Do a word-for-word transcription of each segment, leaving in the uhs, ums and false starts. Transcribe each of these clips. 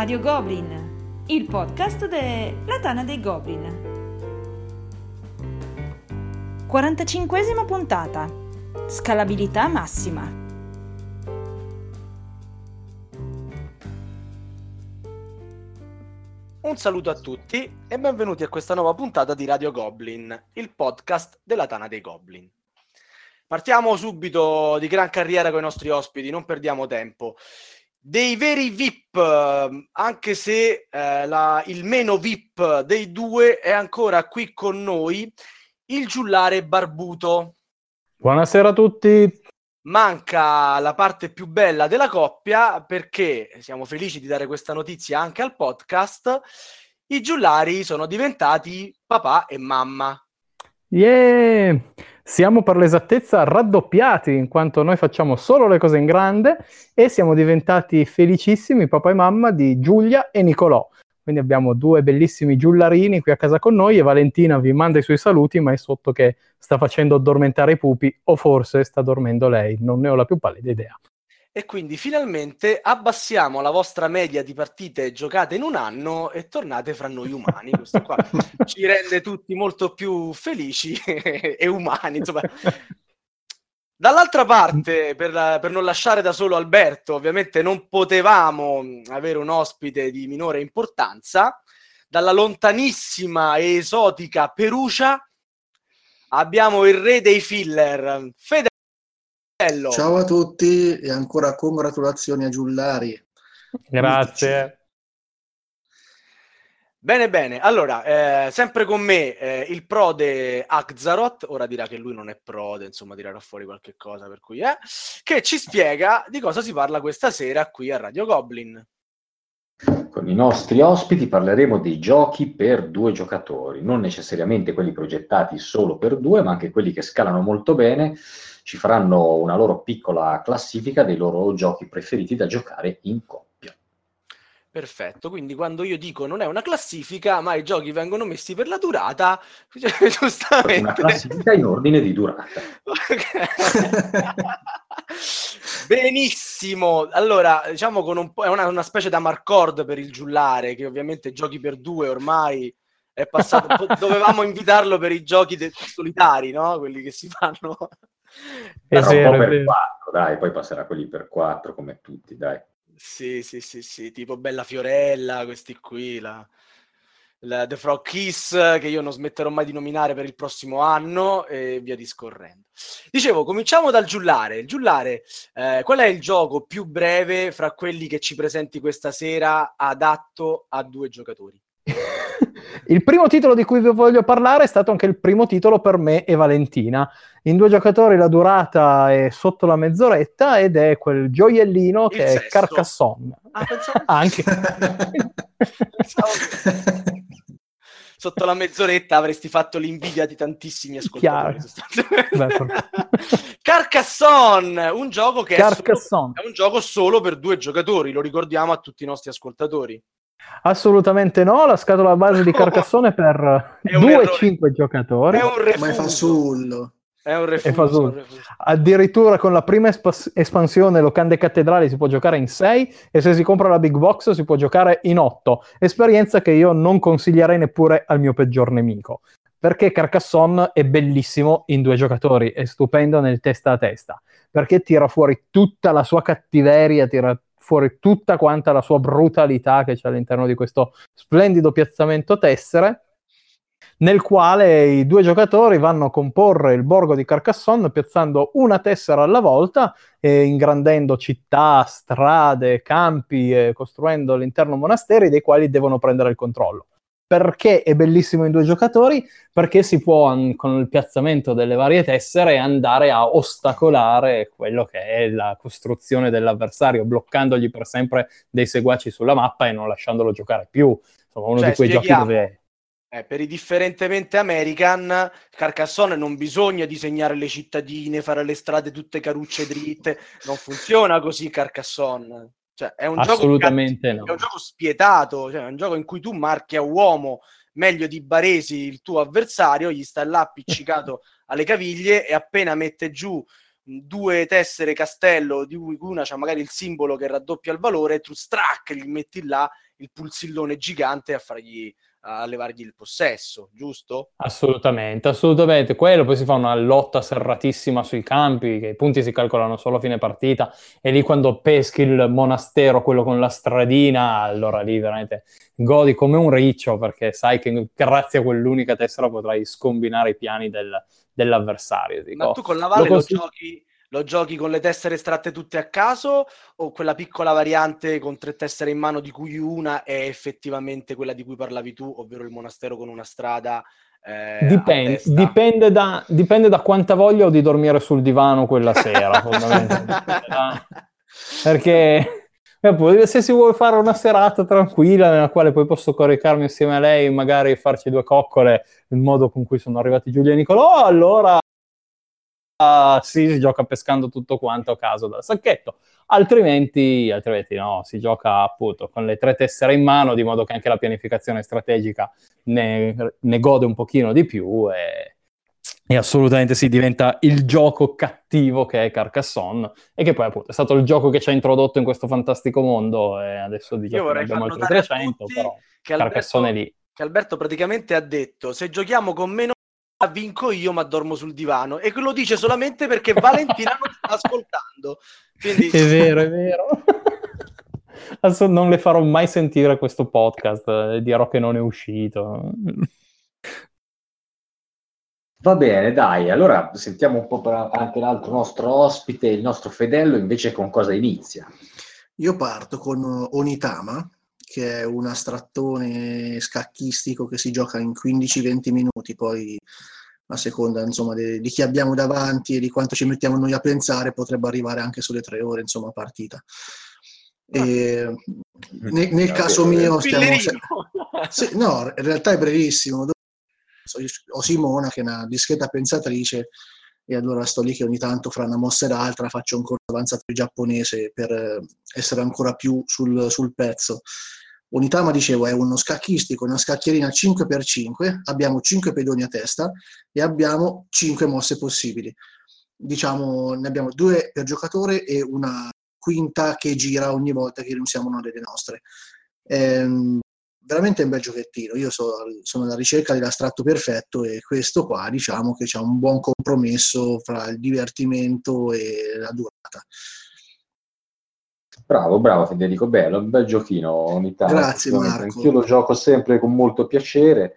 Radio Goblin, il podcast della Tana dei Goblin. quarantacinquesima puntata. Scalabilità massima. Un saluto a tutti e benvenuti a questa nuova puntata di Radio Goblin, il podcast della Tana dei Goblin. Partiamo subito di gran carriera con i nostri ospiti, non perdiamo tempo. Dei veri V I P, anche se eh, la, il meno V I P dei due è ancora qui con noi, il giullare barbuto. Buonasera a tutti. Manca la parte più bella della coppia, perché siamo felici di dare questa notizia anche al podcast. I giullari sono diventati papà e mamma. Yeah! Siamo per l'esattezza raddoppiati, in quanto noi facciamo solo le cose in grande e siamo diventati felicissimi papà e mamma di Giulia e Nicolò. Quindi abbiamo due bellissimi giullarini qui a casa con noi e Valentina vi manda i suoi saluti, ma è sotto che sta facendo addormentare i pupi, o forse sta dormendo lei, non ne ho la più pallida idea. E quindi finalmente abbassiamo la vostra media di partite giocate in un anno e tornate fra noi umani. Questo qua ci rende tutti molto più felici e umani, insomma. Dall'altra parte, per, per non lasciare da solo Alberto, ovviamente non potevamo avere un ospite di minore importanza. Dalla lontanissima e esotica Perugia abbiamo il re dei filler, Fede. Ciao a tutti e ancora congratulazioni a Giullari. Grazie. Bene, bene. Allora, eh, sempre con me eh, il prode Axaroth, ora dirà che lui non è prode, insomma tirerà fuori qualche cosa, per cui eh, che ci spiega di cosa si parla questa sera qui a Radio Goblin. Con i nostri ospiti parleremo dei giochi per due giocatori, non necessariamente quelli progettati solo per due, ma anche quelli che scalano molto bene. Ci faranno una loro piccola classifica dei loro giochi preferiti da giocare in coppia. Perfetto, quindi quando io dico non è una classifica, ma i giochi vengono messi per la durata, cioè, giustamente... Una classifica in ordine di durata. Benissimo, allora diciamo con un po', è una, una specie da marcord per il giullare, che ovviamente giochi per due ormai è passato, dovevamo invitarlo per i giochi de- solitari, no? Quelli che si fanno... È Però vero, un po' è per vero. quattro, dai, poi passerà quelli per quattro come tutti, dai. Sì, sì, sì, sì, tipo Bella Fiorella, questi qui, la, la The Frog Kiss, che io non smetterò mai di nominare per il prossimo anno, e via discorrendo. Dicevo, cominciamo dal giullare. Il giullare, eh, qual è il gioco più breve fra quelli che ci presenti questa sera adatto a due giocatori? Il primo titolo di cui vi voglio parlare è stato anche il primo titolo per me e Valentina. In due giocatori la durata è sotto la mezz'oretta ed è quel gioiellino Il che sesto. è Carcassonne. Ah, pensavo... Anche. pensavo che... Sotto la mezz'oretta avresti fatto l'invidia di tantissimi ascoltatori. Carcassonne, un gioco che è, solo, è un gioco solo per due giocatori, lo ricordiamo a tutti i nostri ascoltatori. Assolutamente no, la scatola base di Carcassonne è per due cinque giocatori. È un refuso. Ma è fasullo. È un refuso, è fasullo. un refuso. Addirittura con la prima espas- espansione Locande Cattedrali si può giocare in sei e se si compra la Big Box si può giocare in otto. Esperienza che io non consiglierei neppure al mio peggior nemico. Perché Carcassonne è bellissimo in due giocatori, è stupendo nel testa a testa. Perché tira fuori tutta la sua cattiveria, tira fuori tutta quanta la sua brutalità che c'è all'interno di questo splendido piazzamento tessere, nel quale i due giocatori vanno a comporre il borgo di Carcassonne piazzando una tessera alla volta e ingrandendo città, strade, campi e costruendo all'interno monasteri dei quali devono prendere il controllo. Perché è bellissimo in due giocatori? Perché si può, con il piazzamento delle varie tessere, andare a ostacolare quello che è la costruzione dell'avversario, bloccandogli per sempre dei seguaci sulla mappa e non lasciandolo giocare più. Insomma, uno cioè, di quei spieghiamo. giochi dove... Eh, per i differentemente American, Carcassonne non bisogna disegnare le cittadine, fare le strade tutte carucce dritte, non funziona così Carcassonne. Cioè, è un Assolutamente gioco, no. È un gioco spietato, cioè, è un gioco in cui tu marchi a uomo meglio di Baresi il tuo avversario, gli sta là appiccicato alle caviglie e appena mette giù due tessere castello di cui una c'ha magari il simbolo che raddoppia il valore, tu strac gli metti là il pulsillone gigante a fargli a levargli il possesso, giusto? Assolutamente, assolutamente. Quello poi si fa una lotta serratissima sui campi, che i punti si calcolano solo a fine partita, e lì quando peschi il monastero, quello con la stradina, allora lì veramente godi come un riccio, perché sai che grazie a quell'unica tessera potrai scombinare i piani del, dell'avversario. Dico, ma tu con la Valle lo, lo, cons- giochi, lo giochi con le tessere estratte tutte a caso o quella piccola variante con tre tessere in mano di cui una è effettivamente quella di cui parlavi tu, ovvero il monastero con una strada eh, Dipende, a testa? dipende, da, dipende da quanta voglia ho di dormire sul divano quella sera, fondamentalmente. Da- perché eh, se si vuole fare una serata tranquilla nella quale poi posso coricarmi insieme a lei, magari farci due coccole, il modo con cui sono arrivati Giulia e Nicolò, allora ah, sì, si gioca pescando tutto quanto a caso dal sacchetto. Altrimenti, altrimenti no, si gioca appunto con le tre tessere in mano, di modo che anche la pianificazione strategica ne, ne gode un pochino di più e, e assolutamente si diventa il gioco cattivo che è Carcassonne, e che poi appunto è stato il gioco che ci ha introdotto in questo fantastico mondo, e adesso di Io giochi ne vorrei abbiamo far altri notare a trecento, tutti però che Carcassonne è Alberto, lì. che Alberto praticamente ha detto: se giochiamo con meno vinco io, ma dormo sul divano, e lo dice solamente perché Valentina non sta ascoltando. Quindi... È vero, è vero. Adesso non le farò mai sentire questo podcast, eh, dirò che non è uscito. Va bene, dai, allora sentiamo un po' per anche l'altro nostro ospite, il nostro Fedello, invece con cosa inizia? Io parto con Onitama, che è un astrattone scacchistico che si gioca in quindici venti minuti, poi a seconda insomma di, di chi abbiamo davanti e di quanto ci mettiamo noi a pensare potrebbe arrivare anche sulle tre ore insomma partita. E nel, nel caso mio stiamo se- sì, no, in realtà è brevissimo. Ho Simona che è una discreta pensatrice e allora sto lì che ogni tanto fra una mossa e l'altra faccio un corso avanzato di giapponese per essere ancora più sul, sul pezzo. Onitama, dicevo, è uno scacchistico, una scacchierina cinque per cinque, abbiamo cinque pedoni a testa e abbiamo cinque mosse possibili. Diciamo, ne abbiamo due per giocatore e una quinta che gira ogni volta che riusiamo una delle nostre. Ehm, veramente un bel giochettino. Io so, sono alla ricerca dell'astratto perfetto e questo qua diciamo che c'è un buon compromesso fra il divertimento e la durata. Bravo, bravo Federico, bello, un bel giochino ogni tanto. Grazie Marco. Anch'io lo gioco sempre con molto piacere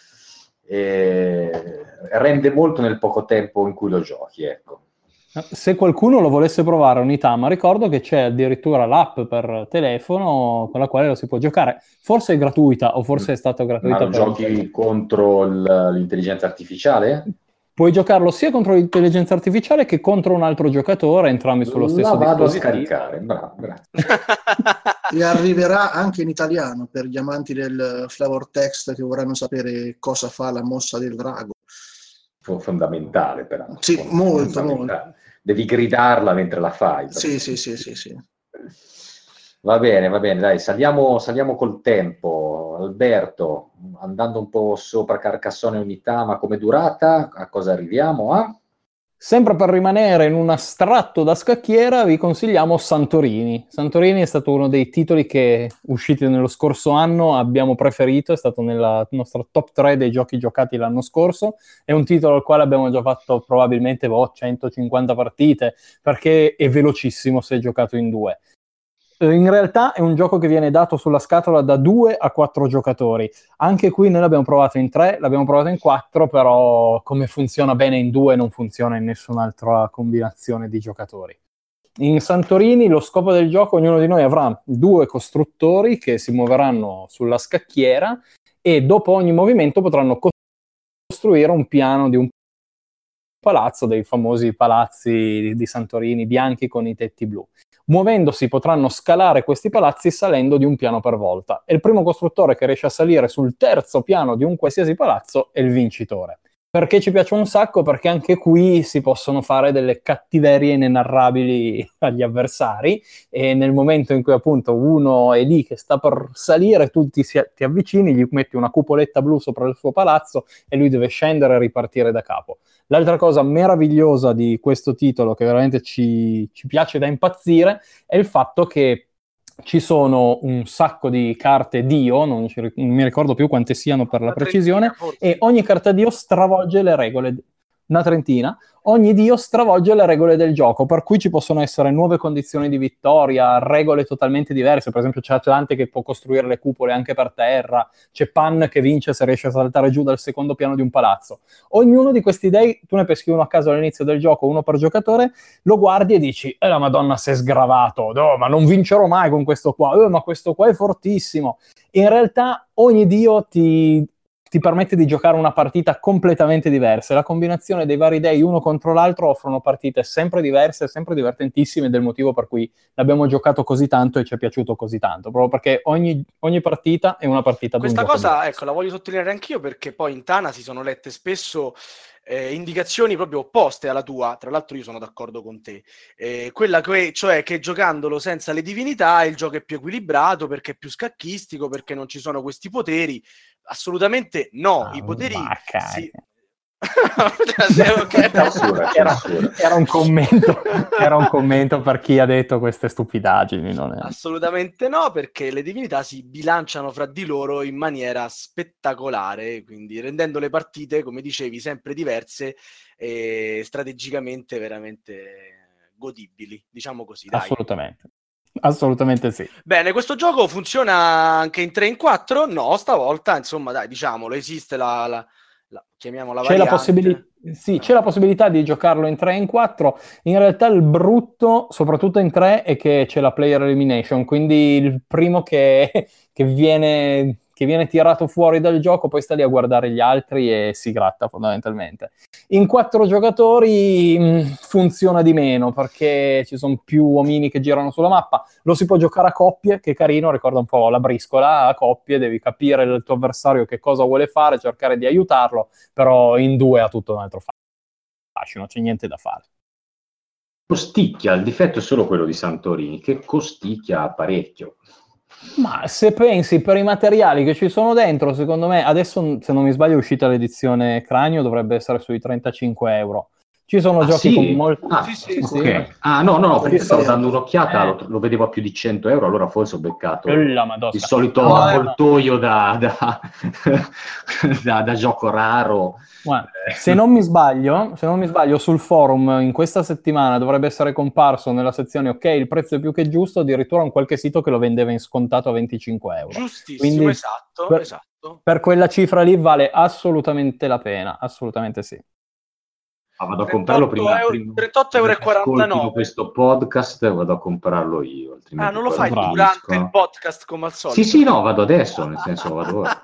e rende molto nel poco tempo in cui lo giochi, ecco. Se qualcuno lo volesse provare Onitama, ricordo che c'è addirittura l'app per telefono con la quale lo si può giocare. Forse è gratuita o forse è stata gratuita. Ma lo per giochi contro il, l'intelligenza artificiale? Puoi giocarlo sia contro l'intelligenza artificiale che contro un altro giocatore, entrambi sullo stesso la vado dispositivo. a scaricare, bravo, grazie. E arriverà anche in italiano per gli amanti del flavor text che vorranno sapere cosa fa la mossa del drago. Fondamentale, peraltro. Sì, molto, molto. Devi gridarla mentre la fai. Sì, sì, sì, sì, sì. Va bene, va bene, dai, saliamo, saliamo col tempo. Alberto, andando un po' sopra Carcassonne e Onitama, come durata, a cosa arriviamo? A? Sempre per rimanere in un astratto da scacchiera, vi consigliamo Santorini. Santorini è stato uno dei titoli che, usciti nello scorso anno, abbiamo preferito, è stato nella nostra top tre dei giochi giocati l'anno scorso, è un titolo al quale abbiamo già fatto probabilmente boh, centocinquanta partite, perché è velocissimo se giocato in due. In realtà è un gioco che viene dato sulla scatola da due a quattro giocatori. Anche qui noi l'abbiamo provato in tre, l'abbiamo provato in quattro, però come funziona bene in due non funziona in nessun'altra combinazione di giocatori. In Santorini lo scopo del gioco: ognuno di noi avrà due costruttori che si muoveranno sulla scacchiera e dopo ogni movimento potranno costruire un piano di un palazzo, dei famosi palazzi di Santorini bianchi con i tetti blu. Muovendosi potranno scalare questi palazzi salendo di un piano per volta, e il primo costruttore che riesce a salire sul terzo piano di un qualsiasi palazzo è il vincitore. Perché ci piace un sacco? Perché anche qui si possono fare delle cattiverie inenarrabili agli avversari, e nel momento in cui appunto uno è lì che sta per salire, tu ti, si- ti avvicini, gli metti una cupoletta blu sopra il suo palazzo e lui deve scendere e ripartire da capo. L'altra cosa meravigliosa di questo titolo, che veramente ci, ci piace da impazzire, è il fatto che ci sono un sacco di carte Dio, non, ci- non mi ricordo più quante siano per la Una precisione, trentina, forse. e ogni carta Dio stravolge le regole, una trentina, ogni Dio stravolge le regole del gioco, per cui ci possono essere nuove condizioni di vittoria, regole totalmente diverse. Per esempio c'è Atlante che può costruire le cupole anche per terra, c'è Pan che vince se riesce a saltare giù dal secondo piano di un palazzo. Ognuno di questi dei, tu ne peschi uno a caso all'inizio del gioco, uno per giocatore, lo guardi e dici, eh la madonna si è sgravato, no, ma non vincerò mai con questo qua, eh, ma questo qua è fortissimo. In realtà ogni dio ti, ti permette di giocare una partita completamente diversa. La combinazione dei vari dei uno contro l'altro offrono partite sempre diverse, sempre divertentissime, del motivo per cui l'abbiamo giocato così tanto e ci è piaciuto così tanto, proprio perché ogni, ogni partita è una partita Questa ad un cosa, gioco diverso. ecco, la voglio sottolineare anch'io, perché poi in Tana si sono lette spesso eh, indicazioni proprio opposte alla tua. Tra l'altro io sono d'accordo con te. Eh, quella che, cioè che giocandolo senza le divinità il gioco è più equilibrato, perché è più scacchistico, perché non ci sono questi poteri. Assolutamente no, Ah, i poteri ma si... cagna. Ok. Censura, Era, censura. era un commento, era un commento per chi ha detto queste stupidaggini. Non è... Assolutamente no, perché le divinità si bilanciano fra di loro in maniera spettacolare, quindi rendendo le partite, come dicevi, sempre diverse e strategicamente veramente godibili, diciamo così, dai. Assolutamente. Assolutamente sì. Bene, questo gioco funziona anche in tre in quattro? No, stavolta, insomma, dai, diciamolo, esiste la, la, la chiamiamola C'è la, variante. possibili- sì, c'è la possibilità di giocarlo in tre e in quattro. In realtà il brutto, soprattutto in tre, è che c'è la player elimination, quindi il primo che, che viene, che viene tirato fuori dal gioco poi sta lì a guardare gli altri e si gratta fondamentalmente. In quattro giocatori mh, funziona di meno, perché ci sono più omini che girano sulla mappa. Lo si può giocare a coppie, che è carino, ricorda un po' la briscola. A coppie devi capire il tuo avversario che cosa vuole fare, cercare di aiutarlo, però in due ha tutto un altro fascino, non c'è niente da fare. Costicchia, il difetto è solo quello di Santorini, che costicchia parecchio. Ma se pensi per i materiali che ci sono dentro, secondo me, adesso se non mi sbaglio è uscita l'edizione Cranio, dovrebbe essere sui trentacinque euro. Ci sono Ah, giochi sì? con molti... Ah, Sì, sì, sì, ok. sì. Ah, no, no, no, perché Sì, stavo sì. dando un'occhiata, Eh. lo, lo vedevo a più di cento euro, allora forse ho beccato La Madosca. il solito No, avvoltoio da, da, da, da gioco raro. Guarda, Eh. se non mi sbaglio, se non mi sbaglio, sul forum in questa settimana dovrebbe essere comparso nella sezione ok, il prezzo è più che giusto, addirittura un qualche sito che lo vendeva in scontato a venticinque euro. Giustissimo, Quindi esatto, per, esatto. per quella cifra lì vale assolutamente la pena, assolutamente sì. Ah, vado a comprarlo prima, prima, trentotto euro e prima che ascoltino quarantanove. questo podcast, vado a comprarlo io, altrimenti Ah, non lo poi fai Bravo. durante il podcast come al solito? Sì, sì, no, vado adesso, nel senso vado ora.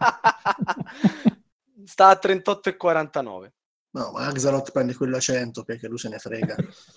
Sta a trentotto e quarantanove. No, ma Axalot prende quello a cento perché lui se ne frega.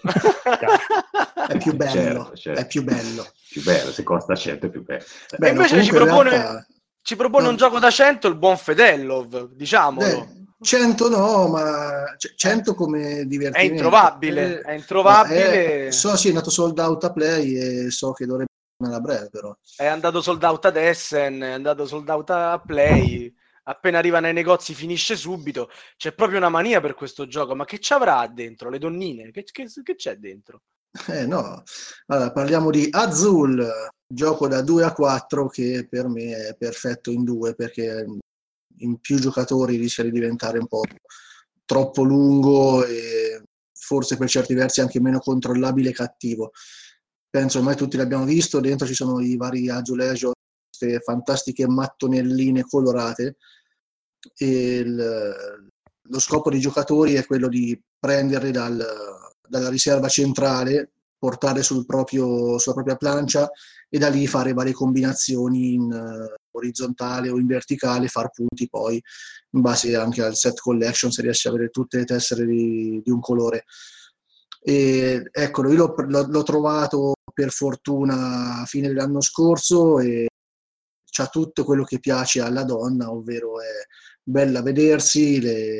È più bello, Certo, certo. è più bello. Più bello, se costa cento è più bello. Beh, E no, invece ci comunque in propone, realtà- ci propone no. un gioco da cento il buon Fedellov, diciamolo. Eh, cento no, ma c- cento come È divertimento. introvabile, Eh, è introvabile. no, è- so, sì, è andato sold out a Play e so che dovrebbe andare a breve, però. È andato sold out ad Essen, è andato sold out a Play. Appena arriva nei negozi finisce subito. C'è proprio una mania per questo gioco. Ma che ci avrà dentro? Le donnine? Che, che- che c'è dentro? Eh no, allora parliamo di Azul, gioco da due a quattro che per me è perfetto in due perché in più giocatori rischia di diventare un po' troppo lungo e forse per certi versi anche meno controllabile e cattivo. Penso ormai tutti l'abbiamo visto, dentro ci sono i vari azulejo, queste fantastiche mattonelline colorate e il, lo scopo dei giocatori è quello di prenderli dal, dalla riserva centrale, portarle sul proprio, sulla propria plancia e da lì fare varie combinazioni in uh, orizzontale o in verticale, far punti poi in base anche al set collection se riesci a avere tutte le tessere di, di un colore. E eccolo, io l'ho, l'ho, l'ho trovato per fortuna a fine dell'anno scorso e c'ha tutto quello che piace alla donna, ovvero è bella a vedersi, le,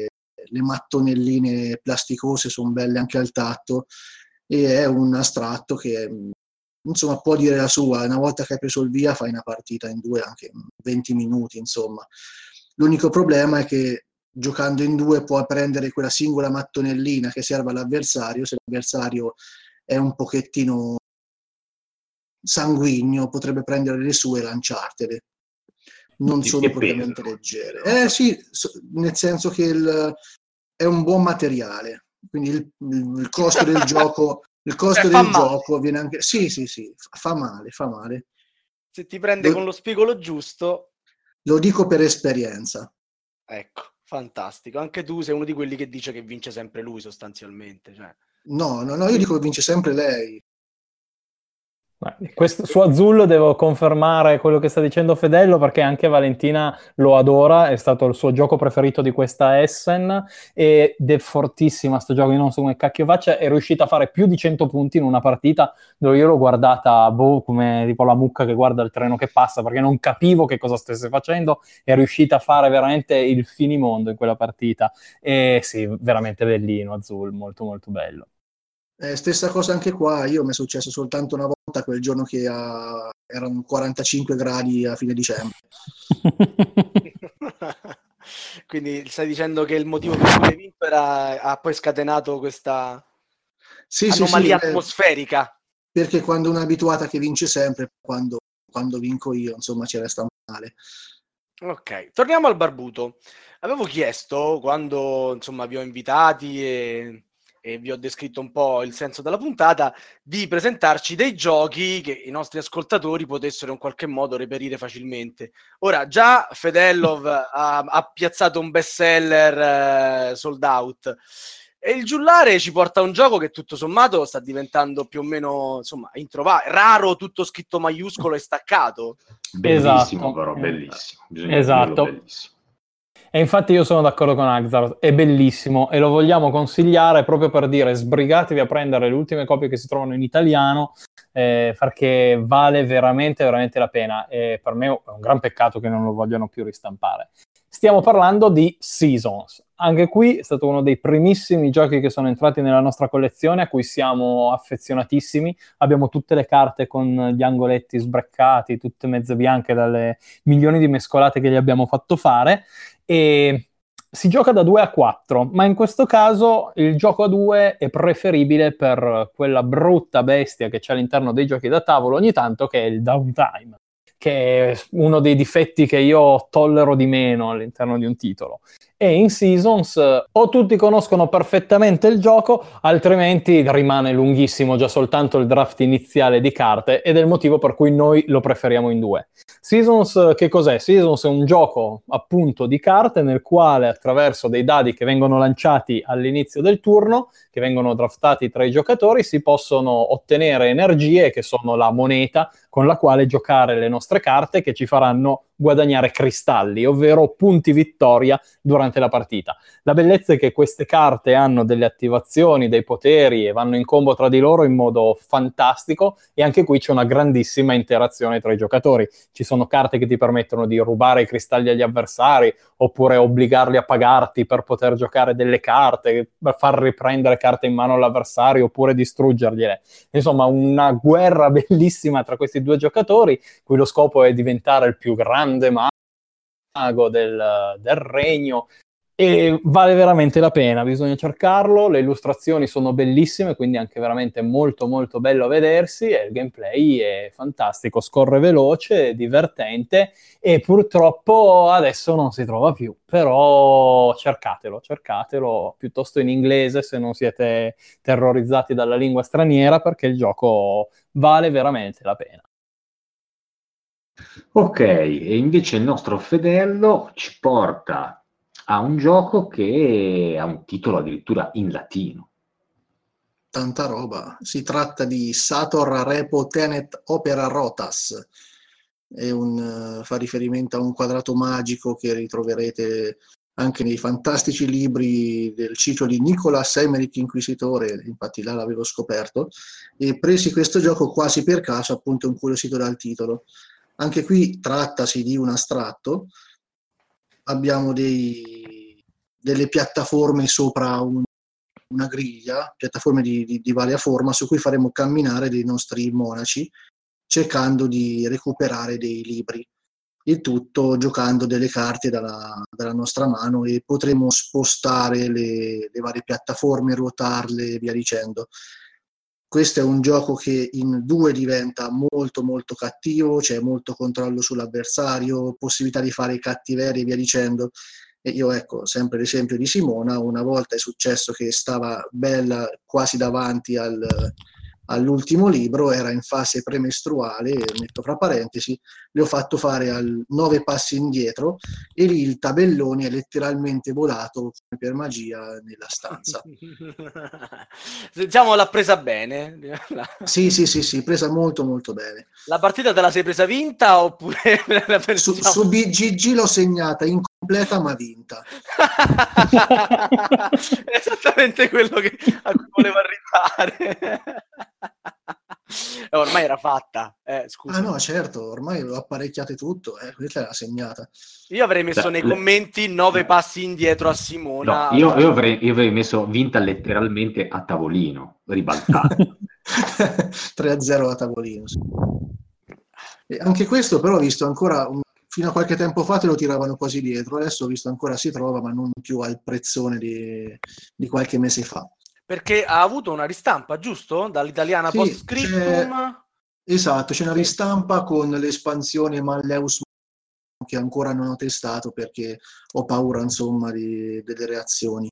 le mattonelline plasticose sono belle anche al tatto, e è un astratto che insomma può dire la sua. Una volta che hai preso il via fai una partita in due, anche venti minuti, insomma. L'unico problema è che giocando in due può prendere quella singola mattonellina che serve all'avversario. Se l'avversario è un pochettino sanguigno potrebbe prendere le sue e lanciartele. Non Di sono che propriamente peso? leggere. Eh sì, so- nel senso che il- è un buon materiale, quindi il, il costo del gioco, il costo Cioè, fa del male. gioco viene anche... Sì, sì, sì, fa male, fa male. Se ti prende Lo- con lo spigolo giusto, Lo dico per esperienza. ecco, fantastico. Anche tu sei uno di quelli che dice che vince sempre lui, sostanzialmente. Cioè. No, no, no, io dico che vince sempre lei. Eh, Questo, su Azzurro devo confermare quello che sta dicendo Fedello, perché anche Valentina lo adora, è stato il suo gioco preferito di questa Essen ed è fortissima sto gioco, io non so come cacchio faccia, è riuscita a fare più di cento punti in una partita dove io l'ho guardata boh, come tipo la mucca che guarda il treno che passa, perché non capivo che cosa stesse facendo, è riuscita a fare veramente il finimondo in quella partita, e sì, veramente bellino Azzurro, molto molto bello. Eh, stessa cosa anche qua, io mi è successo soltanto una volta, quel giorno che ah, erano quarantacinque gradi a fine dicembre. Quindi stai dicendo che il motivo per cui hai vinto era, ha poi scatenato questa Sì, sì, sì, anomalia eh, atmosferica. perché quando uno è abituata che vince sempre, quando, quando vinco io, insomma, ci resta male. Ok, torniamo al barbuto. Avevo chiesto, quando insomma vi ho invitati e, e vi ho descritto un po' il senso della puntata, di presentarci dei giochi che i nostri ascoltatori potessero in qualche modo reperire facilmente. Ora, già Fedellov ha, ha piazzato un bestseller eh, sold out, e il Giullare ci porta a un gioco che tutto sommato sta diventando più o meno, insomma, introvabile, raro, tutto scritto maiuscolo e staccato. Bellissimo, Esatto. però, Eh, bellissimo. Bisogna Esatto. dirlo, bellissimo. E infatti io sono d'accordo con Axar, è bellissimo e lo vogliamo consigliare proprio per dire sbrigatevi a prendere le ultime copie che si trovano in italiano, eh, perché vale veramente, veramente la pena, e per me è un gran peccato che non lo vogliano più ristampare. Stiamo parlando di Seasons. Anche qui è stato uno dei primissimi giochi che sono entrati nella nostra collezione, a cui siamo affezionatissimi. Abbiamo tutte le carte con gli angoletti sbraccati, tutte mezze bianche dalle milioni di mescolate che gli abbiamo fatto fare, e si gioca da due a quattro, ma in questo caso il gioco a due è preferibile per quella brutta bestia che c'è all'interno dei giochi da tavolo ogni tanto, che è il downtime, che è uno dei difetti che io tollero di meno all'interno di un titolo. E in Seasons eh, o tutti conoscono perfettamente il gioco, altrimenti rimane lunghissimo già soltanto il draft iniziale di carte, ed è il motivo per cui noi lo preferiamo in due. Seasons, che cos'è? Seasons è un gioco appunto di carte nel quale attraverso dei dadi che vengono lanciati all'inizio del turno, che vengono draftati tra i giocatori, si possono ottenere energie che sono la moneta con la quale giocare le nostre carte, che ci faranno guadagnare cristalli, ovvero punti vittoria durante la partita. La bellezza è che queste carte hanno delle attivazioni, dei poteri e vanno in combo tra di loro in modo fantastico, e anche qui c'è una grandissima interazione tra i giocatori. Ci sono carte che ti permettono di rubare i cristalli agli avversari, oppure obbligarli a pagarti per poter giocare delle carte, per far riprendere carte in mano all'avversario, oppure distruggergliele. Insomma, una guerra bellissima tra questi due giocatori, cui lo scopo è diventare il più grande mago del, del regno, e vale veramente la pena, bisogna cercarlo. Le illustrazioni sono bellissime, quindi anche veramente molto molto bello a vedersi, e il gameplay è fantastico, scorre veloce, è divertente, e purtroppo adesso non si trova più, però cercatelo, cercatelo piuttosto in inglese se non siete terrorizzati dalla lingua straniera, perché il gioco vale veramente la pena. Ok, e invece il nostro Fedello ci porta a un gioco che ha un titolo addirittura in latino. Tanta roba. Si tratta di Sator Repo Tenet Opera Rotas. È un, uh, fa riferimento a un quadrato magico che ritroverete anche nei fantastici libri del ciclo di Nicolas Emmerich Inquisitore, infatti là l'avevo scoperto, e presi questo gioco quasi per caso, appunto incuriosito dal titolo. Anche qui trattasi di un astratto, abbiamo dei, delle piattaforme sopra un, una griglia, piattaforme di, di, di varia forma, su cui faremo camminare dei nostri monaci, cercando di recuperare dei libri. Il tutto giocando delle carte dalla, dalla nostra mano, e potremo spostare le, le varie piattaforme, ruotarle e via dicendo. Questo è un gioco che in due diventa molto molto cattivo, c'è molto controllo sull'avversario, possibilità di fare cattiverie e via dicendo. E io, ecco, sempre l'esempio di Simona, una volta è successo che stava bella quasi davanti al... all'ultimo libro, era in fase premestruale, metto fra parentesi, le ho fatto fare al nove passi indietro e lì il tabellone è letteralmente volato come per magia nella stanza. Diciamo l'ha presa bene. Sì, sì, sì, sì, presa molto molto bene. La partita te la sei presa vinta oppure la Su, su B G G l'ho segnata incompleta ma vinta. È esattamente quello che, a cui volevo arrivare. Ormai era fatta, eh, scusa. Ah no, certo, ormai l'ho apparecchiate tutto, eh, questa è la segnata. Io avrei messo Beh, nei le... commenti nove passi indietro a Simona. No, io, io, avrei, io avrei messo vinta letteralmente a tavolino, ribaltata. tre a zero a tavolino. Sì. E anche questo però ho visto ancora, un, fino a qualche tempo fa te lo tiravano quasi dietro, adesso ho visto ancora si trova, ma non più al prezzone di, di qualche mese fa. Perché ha avuto una ristampa, giusto? Dall'italiana Sì, Postscriptum. c'è... Esatto, c'è una ristampa con l'espansione Malleus che ancora non ho testato perché ho paura, insomma, di, delle reazioni.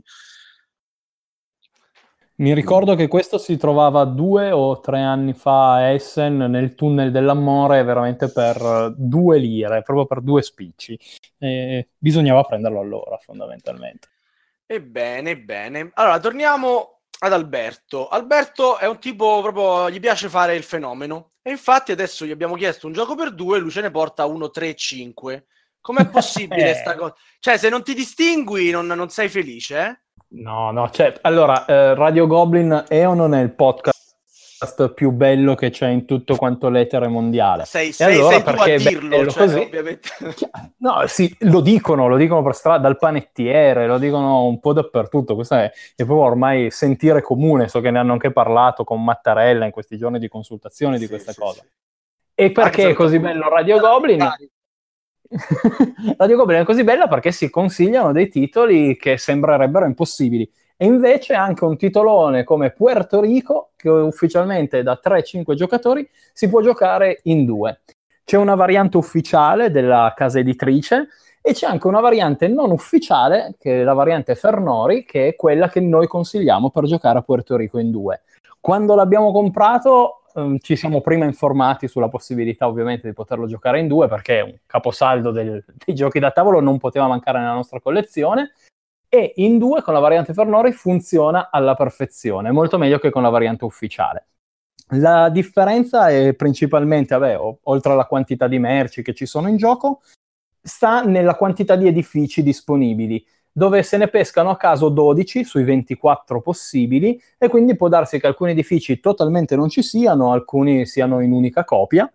Mi ricordo che questo si trovava due o tre anni fa a Essen nel tunnel dell'amore, veramente per due lire, proprio per due spicci. E bisognava prenderlo allora, fondamentalmente. Ebbene, bene. Allora, torniamo ad Alberto. Alberto è un tipo proprio, gli piace fare il fenomeno. E infatti adesso gli abbiamo chiesto un gioco per due, lui ce ne porta uno, tre, cinque. Com'è possibile sta cosa? Cioè, se non ti distingui non, non sei felice, eh? No, no, cioè, allora, eh, Radio Goblin è o non è il podcast più bello che c'è in tutto quanto l'etere mondiale? Sei, e sei, allora, sei tu a dirlo, cioè, così? Ovviamente. No, sì, lo dicono, lo dicono per strada, dal panettiere, lo dicono un po' dappertutto. Questo è, è proprio ormai sentire comune. So che ne hanno anche parlato con Mattarella in questi giorni di consultazione di sì, questa sì, cosa. Sì. E perché è così bello Radio Goblin? Radio Goblin è così bella perché si consigliano dei titoli che sembrerebbero impossibili. E invece anche un titolone come Puerto Rico, che ufficialmente da tre cinque giocatori si può giocare in due. C'è una variante ufficiale della casa editrice e c'è anche una variante non ufficiale, che è la variante Fernori, che è quella che noi consigliamo per giocare a Puerto Rico in due. Quando l'abbiamo comprato um, ci siamo prima informati sulla possibilità ovviamente di poterlo giocare in due, perché è un caposaldo del, dei giochi da tavolo, non poteva mancare nella nostra collezione. E in due con la variante Fernori funziona alla perfezione, molto meglio che con la variante ufficiale. La differenza è principalmente, vabbè, o, oltre alla quantità di merci che ci sono in gioco, sta nella quantità di edifici disponibili, dove se ne pescano a caso dodici sui ventiquattro possibili, e quindi può darsi che alcuni edifici totalmente non ci siano, alcuni siano in unica copia,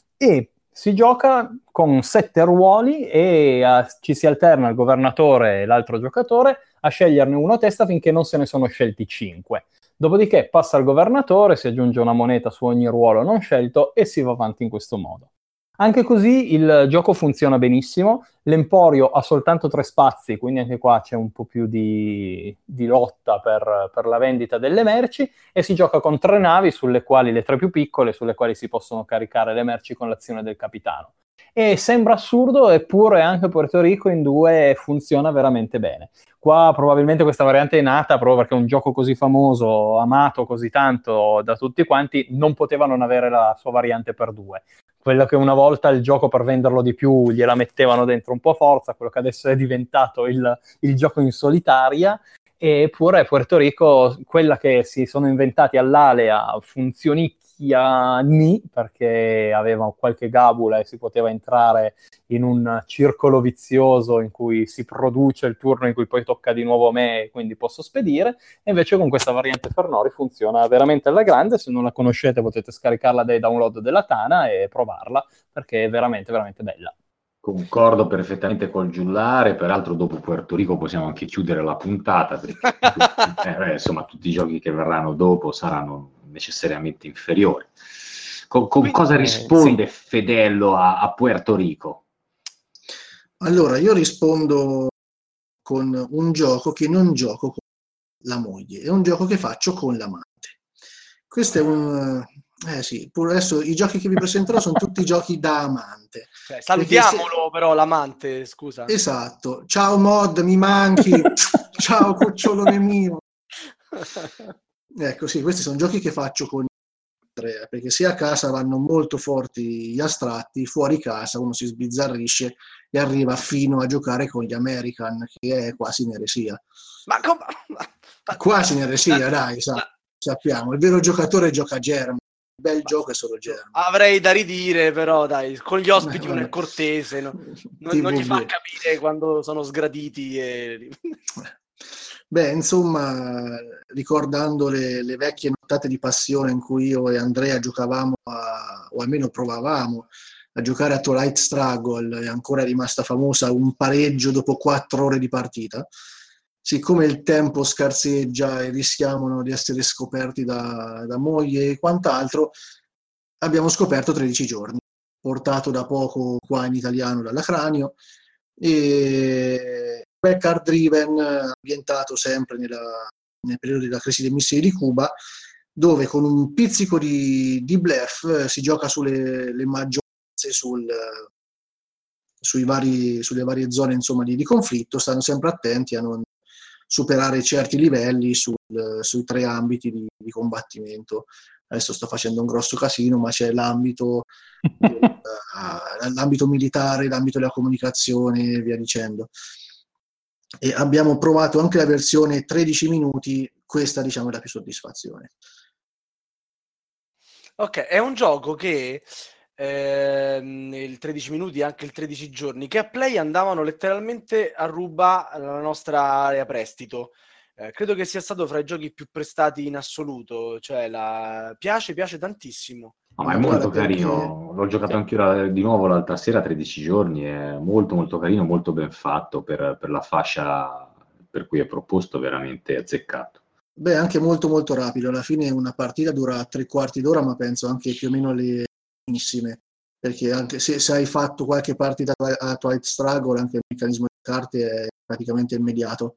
e si gioca con sette ruoli e uh, ci si alterna il governatore e l'altro giocatore a sceglierne uno a testa finché non se ne sono scelti cinque. Dopodiché passa il governatore, si aggiunge una moneta su ogni ruolo non scelto e si va avanti in questo modo. Anche così il gioco funziona benissimo, l'Emporio ha soltanto tre spazi, quindi anche qua c'è un po' più di, di lotta per, per la vendita delle merci, e si gioca con tre navi, sulle quali le tre più piccole, sulle quali si possono caricare le merci con l'azione del capitano. E sembra assurdo, eppure anche Puerto Rico in due funziona veramente bene. Qua probabilmente questa variante è nata proprio perché un gioco così famoso, amato così tanto da tutti quanti, non poteva non avere la sua variante per due. Quello che una volta il gioco, per venderlo di più, gliela mettevano dentro un po' a forza, quello che adesso è diventato il, il gioco in solitaria. Eppure Puerto Rico, quella che si sono inventati all'Alea, funzionicchiani, perché aveva qualche gabula e si poteva entrare in un circolo vizioso in cui si produce il turno in cui poi tocca di nuovo a me e quindi posso spedire, e invece con questa variante Fernori funziona veramente alla grande. Se non la conoscete potete scaricarla dai download della Tana e provarla, perché è veramente veramente bella. Concordo perfettamente col giullare, peraltro dopo Puerto Rico possiamo anche chiudere la puntata, perché eh, beh, insomma tutti i giochi che verranno dopo saranno necessariamente inferiori. Con, con Quindi, cosa eh, risponde sì. Fedello a, a Puerto Rico? Allora, io rispondo con un gioco che non gioco con la moglie, è un gioco che faccio con l'amante. Questo è un... Eh sì, pur adesso i giochi che vi presenterò sono tutti giochi da amante. Cioè, Perché se- salutiamolo però l'amante, scusa. Esatto. Ciao Mod, mi manchi. Ciao cucciolone mio. Ecco, sì, questi sono giochi che faccio con Andrea, perché se a casa vanno molto forti gli astratti, fuori casa uno si sbizzarrisce e arriva fino a giocare con gli American, che è quasi un'eresia. Ma come? Quasi un'eresia, dai, sa- sappiamo. Il vero giocatore gioca German. Il bel gioco è solo German. Avrei da ridire, però dai, con gli ospiti Eh, uno è vabbè. cortese, no? non, non gli fa T V B. capire quando sono sgraditi. E... Beh, insomma, ricordando le, le vecchie nottate di passione in cui io e Andrea giocavamo, a, o almeno provavamo a giocare a Twilight Struggle, è ancora rimasta famosa un pareggio dopo quattro ore di partita. Siccome il tempo scarseggia e rischiamo di essere scoperti da, da moglie e quant'altro, abbiamo scoperto tredici giorni, portato da poco qua in italiano dalla Cranio, e Packard Driven, ambientato sempre nella, nel periodo della crisi dei missili di Cuba, dove con un pizzico di, di bluff eh, si gioca sulle le maggioranze, sul, sui vari, sulle varie zone insomma, di, di conflitto, stanno sempre attenti a non superare certi livelli sul, sui tre ambiti di, di combattimento. Adesso sto facendo un grosso casino, ma c'è l'ambito, del, uh, l'ambito militare, l'ambito della comunicazione e via dicendo. E abbiamo provato anche la versione tredici minuti, questa diciamo è la più soddisfazione. Ok, è un gioco che ehm, il tredici minuti e anche il tredici giorni, che a Play andavano letteralmente a ruba la nostra area prestito. Eh, credo che sia stato fra i giochi più prestati in assoluto, cioè la... piace, piace tantissimo. No, ma Ma è guarda, molto perché carino, l'ho giocato Sì. anche io di nuovo l'altra sera, tredici giorni, è molto molto carino, molto ben fatto per, per la fascia per cui è proposto, veramente azzeccato. beh, anche molto molto rapido. Alla fine una partita dura tre quarti d'ora, ma penso anche più o meno le finissime, perché anche se, se hai fatto qualche partita a Twilight Struggle, anche il meccanismo di carte è praticamente immediato.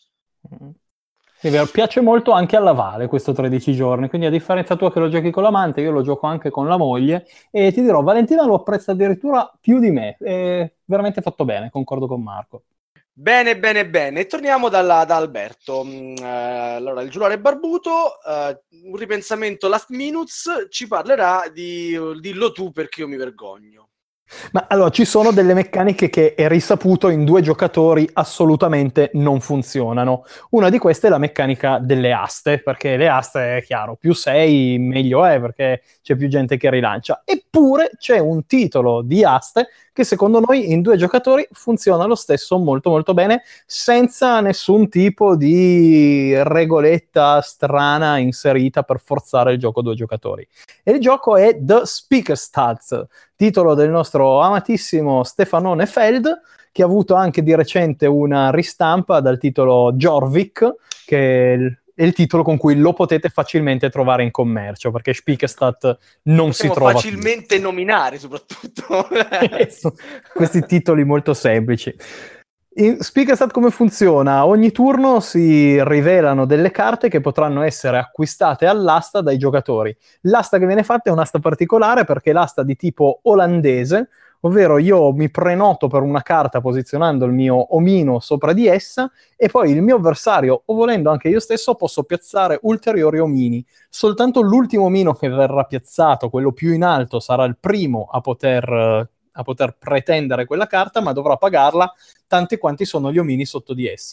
Sì, vero. Piace molto anche alla Vale questo tredici giorni, quindi a differenza tua che lo giochi con l'amante, io lo gioco anche con la moglie e ti dirò, Valentina lo apprezza addirittura più di me, è veramente fatto bene, concordo con Marco. Bene, bene, bene. E torniamo dalla, da Alberto. Mm, eh, allora, il giullare barbuto, eh, un ripensamento last minutes, ci parlerà di dillo tu perché io mi vergogno. Ma allora, ci sono delle meccaniche che è risaputo in due giocatori assolutamente non funzionano. Una di queste è la meccanica delle aste, perché le aste, è chiaro, più sei meglio è, perché c'è più gente che rilancia. Eppure c'è un titolo di aste che secondo noi in due giocatori funziona lo stesso molto molto bene, senza nessun tipo di regoletta strana inserita per forzare il gioco a due giocatori. E il gioco è The Speakerstats, titolo del nostro amatissimo Stefanone Feld, che ha avuto anche di recente una ristampa dal titolo Jorvik, che è il, è il titolo con cui lo potete facilmente trovare in commercio, perché Speakerstat non Possiamo si trova facilmente più. nominare, soprattutto. Questi titoli molto semplici. In Speakerstat come funziona? Ogni turno si rivelano delle carte che potranno essere acquistate all'asta dai giocatori. L'asta che viene fatta è un'asta particolare perché è l'asta di tipo olandese, ovvero io mi prenoto per una carta posizionando il mio omino sopra di essa e poi il mio avversario, o volendo anche io stesso, posso piazzare ulteriori omini. Soltanto l'ultimo omino che verrà piazzato, quello più in alto, sarà il primo a poter... a poter pretendere quella carta, ma dovrà pagarla tanti quanti sono gli omini sotto di essa.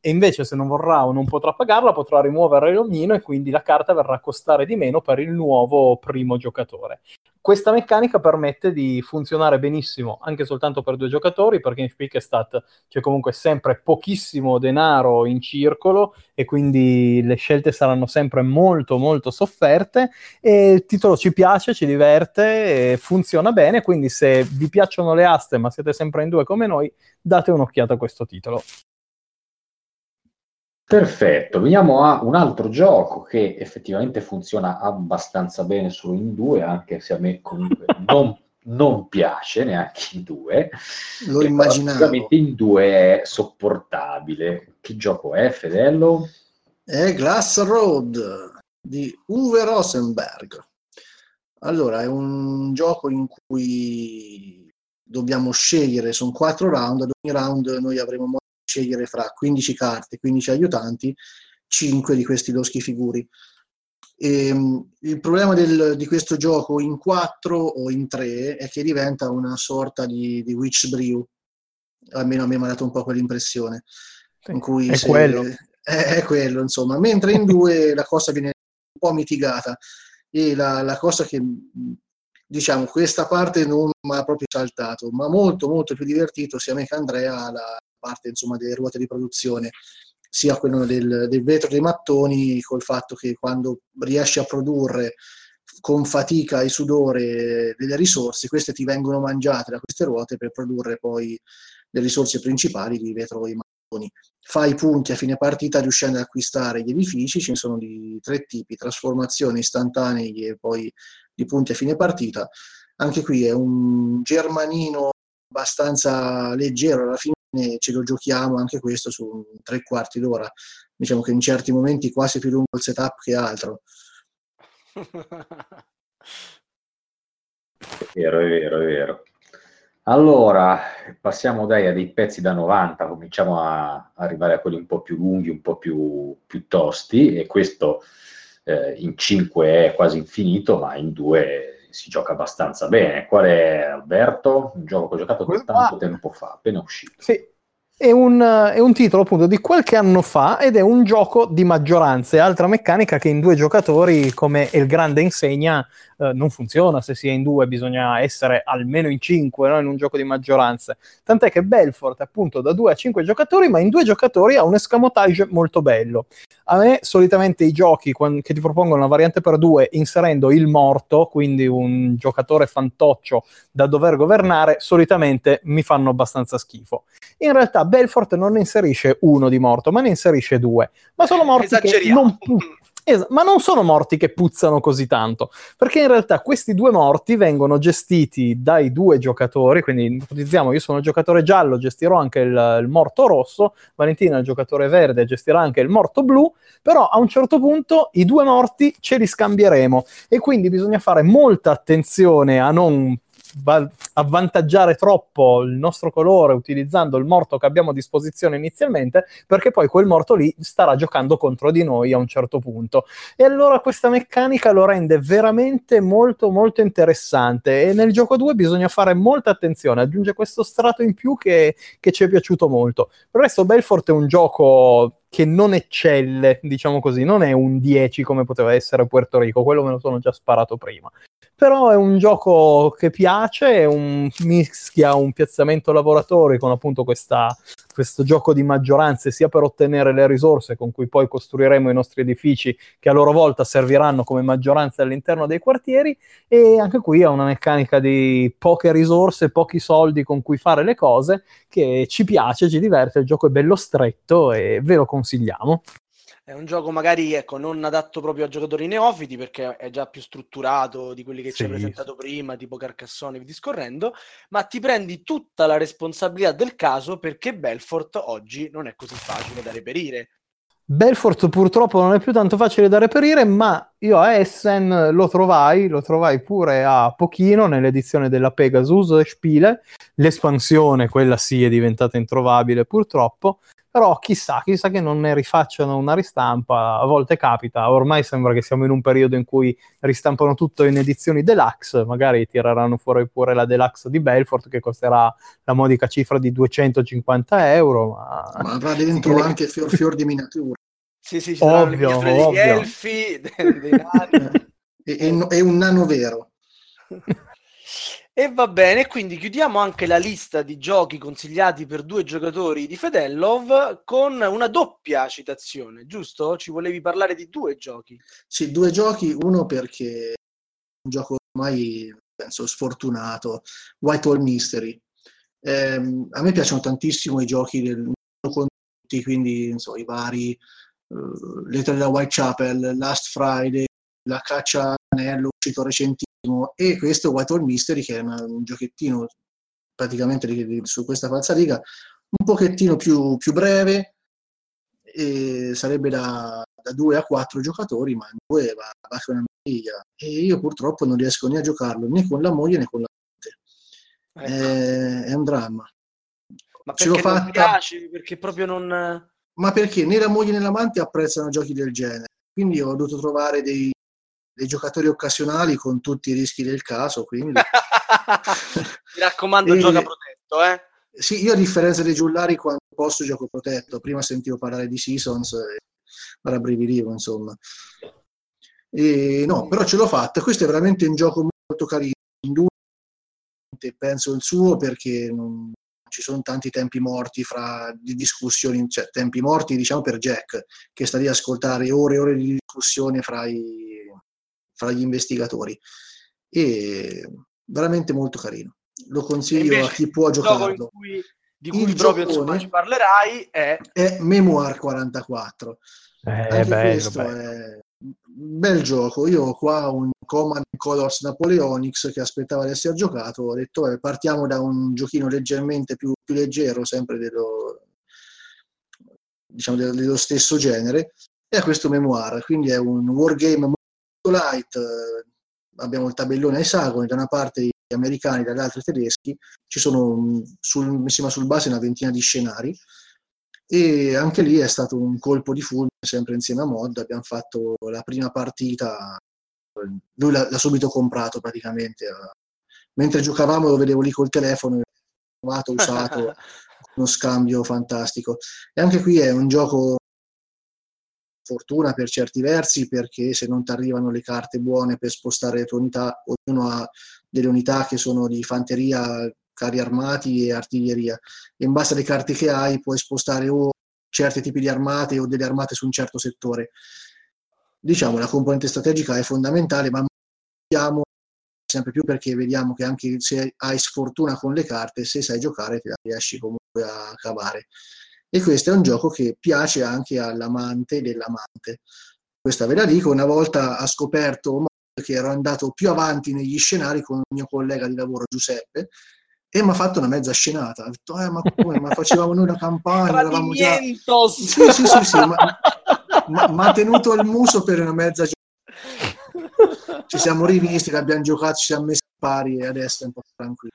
e invece se non vorrà o non potrà pagarla potrà rimuovere l'omino e quindi la carta verrà a costare di meno per il nuovo primo giocatore. Questa meccanica permette di funzionare benissimo anche soltanto per due giocatori, perché in Spielgestat c'è comunque sempre pochissimo denaro in circolo e quindi le scelte saranno sempre molto molto sofferte, e il titolo ci piace, ci diverte, e funziona bene, quindi se vi piacciono le aste ma siete sempre in due come noi, date un'occhiata a questo titolo. Perfetto, veniamo a un altro gioco che effettivamente funziona abbastanza bene solo in due, anche se a me comunque non, non piace neanche in due. Lo E immaginavo. praticamente in due è sopportabile. Che gioco è, Fedello? È Glass Road di Uwe Rosenberg. Allora, è un gioco in cui dobbiamo scegliere, sono quattro round, ad ogni round noi avremo modo di scegliere fra quindici carte, quindici aiutanti, cinque di questi loschi figuri. E, il problema del, di questo gioco in quattro o in tre è che diventa una sorta di, di Witch Brew, almeno a me mi ha dato un po' quell'impressione. In cui è se, quello. È, è quello, insomma. Mentre in due la cosa viene un po' mitigata, e la, la cosa che, diciamo, questa parte non mi ha proprio saltato, ma molto molto più divertito sia me che Andrea la parte, insomma, delle ruote di produzione, sia quello del, del vetro dei mattoni, col fatto che quando riesci a produrre con fatica e sudore delle risorse, queste ti vengono mangiate da queste ruote per produrre poi le risorse principali di vetro e mattoni. Fai punti a fine partita riuscendo ad acquistare gli edifici, ce ne sono di tre tipi: trasformazioni, istantanei e poi di punti a fine partita. Anche qui è un germanino abbastanza leggero, alla fine ce lo giochiamo anche questo su tre quarti d'ora, diciamo che in certi momenti quasi più lungo il setup che altro. È vero, è vero, è vero. Allora, passiamo dai a dei pezzi da novanta, cominciamo a arrivare a quelli un po' più lunghi, un po' più, più tosti, e questo eh, in cinque è quasi infinito, ma in due si gioca abbastanza bene. Qual è, Alberto? Un gioco che ho giocato Quello tanto qua- tempo fa, appena uscito. Sì, è un, è un titolo appunto di qualche anno fa ed è un gioco di maggioranze, altra meccanica che in due giocatori, come il grande insegna, eh, non funziona. Se si è in due bisogna essere almeno in cinque, no? In un gioco di maggioranze. Tant'è che Belfort è appunto da due a cinque giocatori, ma in due giocatori ha un escamotage molto bello. A me solitamente i giochi che ti propongono una variante per due inserendo il morto, quindi un giocatore fantoccio da dover governare, solitamente mi fanno abbastanza schifo. In realtà Belfort non ne inserisce uno di morto, ma ne inserisce due. Ma sono morti che non pu- es- ma non sono morti che puzzano così tanto, perché in realtà questi due morti vengono gestiti dai due giocatori, quindi ipotizziamo io sono il giocatore giallo, gestirò anche il, il morto rosso, Valentina il giocatore verde gestirà anche il morto blu, però a un certo punto i due morti ce li scambieremo e quindi bisogna fare molta attenzione a non avvantaggiare troppo il nostro colore utilizzando il morto che abbiamo a disposizione inizialmente, perché poi quel morto lì starà giocando contro di noi a un certo punto. E allora questa meccanica lo rende veramente molto molto interessante, e nel gioco due bisogna fare molta attenzione, aggiunge questo strato in più che, che ci è piaciuto molto. Per il resto Belfort è un gioco che non eccelle, diciamo così, non è un dieci come poteva essere Puerto Rico, quello me lo sono già sparato prima. Però è un gioco che piace, è un mischia un piazzamento lavoratori con appunto questa, questo gioco di maggioranze, sia per ottenere le risorse con cui poi costruiremo i nostri edifici, che a loro volta serviranno come maggioranze all'interno dei quartieri, e anche qui ha una meccanica di poche risorse, pochi soldi con cui fare le cose, che ci piace, ci diverte, il gioco è bello stretto e ve lo consigliamo. È un gioco magari, ecco, non adatto proprio a giocatori neofiti, perché è già più strutturato di quelli che Sì, ci hai presentato prima, tipo Carcassonne e discorrendo, ma ti prendi tutta la responsabilità del caso, perché Belfort oggi non è così facile da reperire. Belfort purtroppo non è più tanto facile da reperire, ma io a Essen lo trovai, lo trovai pure a pochino nell'edizione della Pegasus Spiele. L'espansione, quella sì, è diventata introvabile purtroppo, Però chissà, chissà che non ne rifacciano una ristampa, a volte capita, ormai sembra che siamo in un periodo in cui ristampano tutto in edizioni deluxe, magari tireranno fuori pure la deluxe di Belfort che costerà la modica cifra di duecentocinquanta euro. Ma, ma avrà dentro sì, anche fior fior di miniature. Sì, sì, ci saranno le ovvio, miniature degli ovvio. elfi, dei, dei nani. E, e- è un nano vero. E va bene, quindi chiudiamo anche la lista di giochi consigliati per due giocatori di Fedellov con una doppia citazione, giusto? Ci volevi parlare di due giochi. Sì, due giochi, uno perché è un gioco ormai penso sfortunato, Whitehall Mystery. Ehm, a me piacciono tantissimo i giochi del con tutti, quindi non so, i vari uh, Lettere da Whitechapel, Last Friday, La caccia all'anello uscito recentissimo, e questo Whitehall Mystery che è una, un giochettino praticamente di, di, su questa falsariga un pochettino più, più breve, e sarebbe da, da due a quattro giocatori, ma in due va, va con una meraviglia, e io purtroppo non riesco né a giocarlo né con la moglie né con la Ecco. è, è un dramma. Ma Ce l'ho perché non fatta, piaci? Perché proprio non... ma perché né la moglie né l'amante apprezzano giochi del genere, quindi ho dovuto trovare dei, dei giocatori occasionali con tutti i rischi del caso, quindi Mi raccomando, E- gioca protetto, eh? sì, io a differenza dei giullari quando posso gioco protetto, prima sentivo parlare di Seasons e rabbrividivo, insomma. E no, però ce l'ho fatta, questo è veramente un gioco molto carino, penso il suo perché non ci sono tanti tempi morti fra di discussioni, cioè tempi morti diciamo per Jack che sta lì a ascoltare ore e ore di discussione fra, i, fra gli investigatori, e veramente molto carino, lo E consiglio a invece chi può il gioco in giocarlo. cui, di cui Il proprio insomma giocone ci parlerai è... è Memoir quarantaquattro. Eh, Anche bello, questo bello. è un bel gioco. Io ho qua un Command Colors Napoleonics che aspettava di essere giocato, ho detto eh, partiamo da un giochino leggermente più, più leggero, sempre dello, diciamo, dello, dello stesso genere, e a questo Memoir, quindi è un wargame molto light, eh, abbiamo il tabellone a esagoni, da una parte gli americani, dall'altra i tedeschi, ci sono sul, insieme sul base una ventina di scenari, e anche lì è stato un colpo di fulmine, sempre insieme a Mod, abbiamo fatto la prima partita, lui l'ha, l'ha subito comprato praticamente, mentre giocavamo lo vedevo lì col telefono, trovato, usato, uno scambio fantastico. E anche qui è un gioco fortuna per certi versi, perché se non ti arrivano le carte buone per spostare le tue unità, ognuno ha delle unità che sono di fanteria, carri armati e artiglieria, e in base alle carte che hai puoi spostare o certi tipi di armate o delle armate su un certo settore. Diciamo la componente strategica è fondamentale, ma vediamo sempre più perché vediamo che anche se hai sfortuna con le carte, se sai giocare te la riesci comunque a cavare. E questo è un gioco che piace anche all'amante dell'amante. Questa ve la dico, una volta ha scoperto che ero andato più avanti negli scenari con il mio collega di lavoro Giuseppe, e mi ha fatto una mezza scenata. Ho detto, eh, ma come? Ma facevamo noi la campagna, eravamo già... Tradimientos! Sì, sì, sì, sì, ma ha tenuto il muso per una mezza giornata. Ci siamo rivisti, l'abbiamo giocato, ci siamo messi pari e adesso è un po' tranquillo.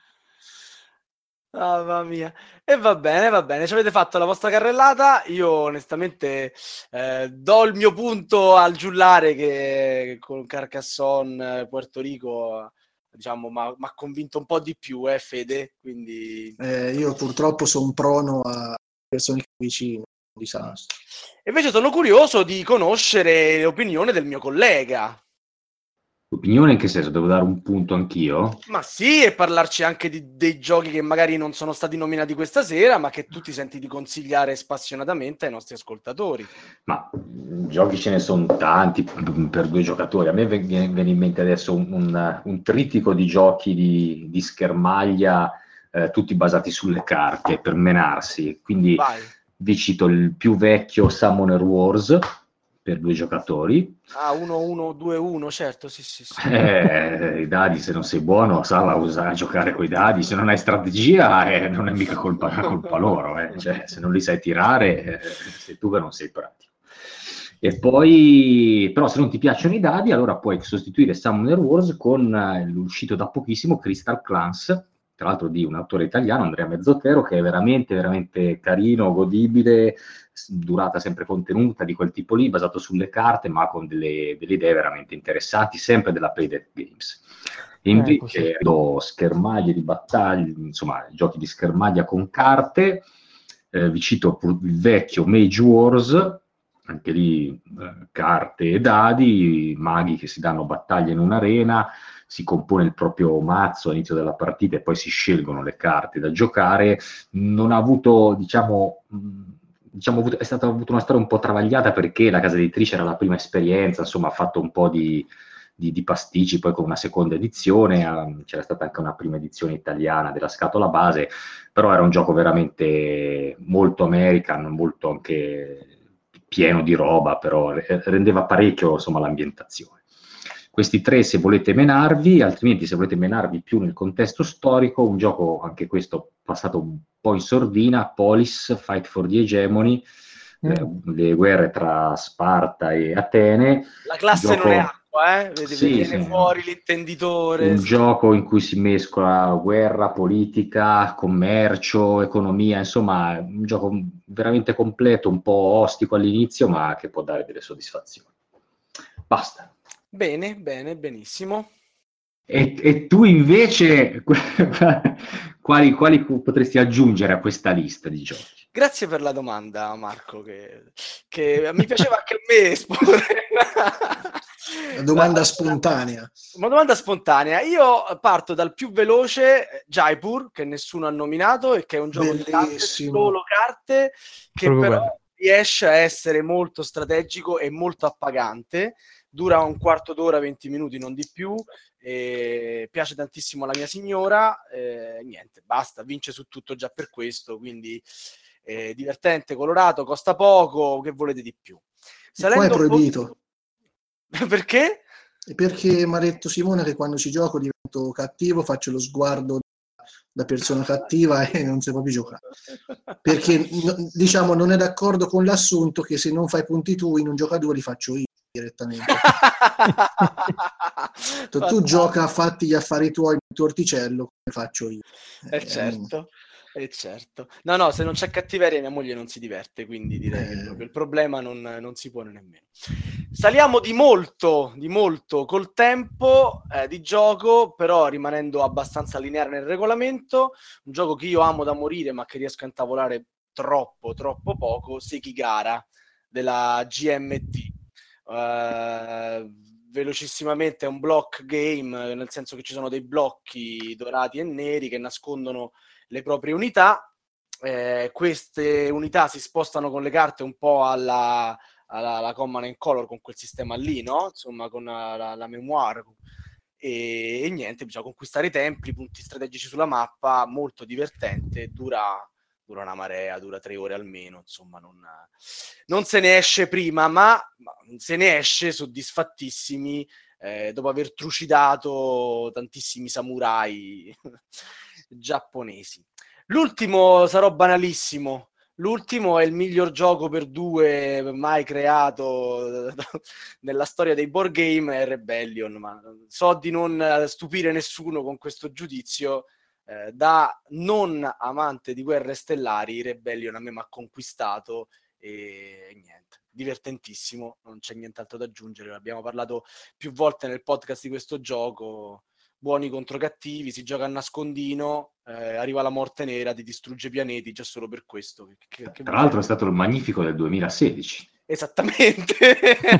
Ah, mamma mia. E va bene, va bene, ci avete fatto la vostra carrellata. Io onestamente eh, do il mio punto al giullare che con Carcassonne, Puerto Rico, diciamo, mi ha convinto un po' di più, eh, Fede. Quindi Eh, io purtroppo sono prono a persone vicine, un disastro. invece sono curioso di conoscere l'opinione del mio collega. Opinione in che senso? Devo dare un punto anch'io? Ma sì, e parlarci anche di, dei giochi che magari non sono stati nominati questa sera, ma che tu ti senti di consigliare spassionatamente ai nostri ascoltatori. Ma mh, giochi ce ne sono tanti p- per due giocatori. A me ven- viene, viene in mente adesso un, un, un trittico di giochi di, di schermaglia, eh, tutti basati sulle carte per menarsi. Quindi Vai. vi cito il più vecchio Summoner Wars per due giocatori. Ah, uno uno due uno, certo, sì, sì, sì. Eh, i dadi, se non sei buono, sa usare a giocare coi dadi. Se non hai strategia, eh, non è mica colpa, colpa loro. Eh. Cioè, se non li sai tirare, eh, sei tu che non sei pratico. E poi, però, se non ti piacciono i dadi, allora puoi sostituire Summoner Wars con eh, l'uscito da pochissimo Crystal Clans, tra l'altro di un autore italiano, Andrea Mezzotero, che è veramente, veramente carino, godibile, durata sempre contenuta, di quel tipo lì, basato sulle carte, ma con delle, delle idee veramente interessanti, sempre della Playdead Games. Invece do schermaglie di battaglia, insomma, giochi di schermaglia con carte, eh, vi cito il vecchio Mage Wars, anche lì eh, carte e dadi, maghi che si danno battaglia in un'arena, si compone il proprio mazzo all'inizio della partita e poi si scelgono le carte da giocare. Non ha avuto, diciamo, mh, diciamo è stata avuto una storia un po' travagliata, perché la casa editrice era la prima esperienza, insomma ha fatto un po' di, di, di pasticci, poi con una seconda edizione, um, c'era stata anche una prima edizione italiana della scatola base, però era un gioco veramente molto American, molto anche pieno di roba, però rendeva parecchio, insomma, l'ambientazione. Questi tre se volete menarvi, altrimenti se volete menarvi più nel contesto storico, un gioco anche questo passato un po' in sordina, Polis, Fight for the Hegemony, mm. eh, le guerre tra Sparta e Atene. La classe gioco... non è acqua, eh? Vede, sì, viene sì, fuori l'intenditore. Un sì. gioco in cui si mescola guerra, politica, commercio, economia, insomma, un gioco veramente completo, un po' ostico all'inizio, ma che può dare delle soddisfazioni. Basta. Bene, bene, benissimo. E, e tu invece quali, quali potresti aggiungere a questa lista di giochi? Grazie per la domanda, Marco, che, che mi piaceva anche a me esporre. Una domanda spontanea. Una domanda spontanea. Io parto dal più veloce, Jaipur, che nessuno ha nominato e che è un gioco di carte, solo carte, che Proprio però bello. riesce a essere molto strategico e molto appagante. Dura un quarto d'ora, venti minuti, non di più. E piace tantissimo alla mia signora. Eh, niente, basta, vince su tutto già per questo, quindi eh, divertente, colorato, costa poco, che volete di più? Salendo qua è proibito. Po- Perché? Perché mi ha detto Simone che quando ci gioco divento cattivo, faccio lo sguardo da persona cattiva e non si può più giocare. Perché, diciamo, non è d'accordo con l'assunto che se non fai punti tu in un gioco a due li faccio io direttamente. tu, tu gioca, fatti gli affari tuoi nel tuo orticello, come faccio io. Eh, eh certo. Eh certo. No, no, se non c'è cattiveria mia moglie non si diverte, quindi direi eh... che proprio il problema non, non si pone nemmeno. Saliamo di molto, di molto col tempo eh, di gioco, però rimanendo abbastanza lineare nel regolamento, un gioco che io amo da morire ma che riesco a intavolare troppo, troppo poco, Sekigara della G M T. Uh, velocissimamente è un block game, nel senso che ci sono dei blocchi dorati e neri che nascondono le proprie unità. Eh, queste unità si spostano con le carte un po' alla, alla, alla Command and Color, con quel sistema lì, no? Insomma, con la, la, la memoire. E, e niente, bisogna conquistare i templi, punti strategici sulla mappa, molto divertente, dura, dura una marea, dura tre ore almeno, insomma, non, non se ne esce prima, ma, ma se ne esce soddisfattissimi eh, dopo aver trucidato tantissimi samurai giapponesi. L'ultimo sarò banalissimo. L'ultimo è il miglior gioco per due mai creato nella storia dei board game, è Rebellion, ma so di non stupire nessuno con questo giudizio. Eh, da non amante di Guerre Stellari, Rebellion a me mi ha conquistato e niente, divertentissimo, non c'è nient'altro da aggiungere, abbiamo parlato più volte nel podcast di questo gioco. Buoni contro cattivi, si gioca a nascondino, eh, arriva la morte nera, ti distrugge pianeti già solo per questo. Che, che, che Tra l'altro è stato il Magnifico del duemilasedici. Esattamente.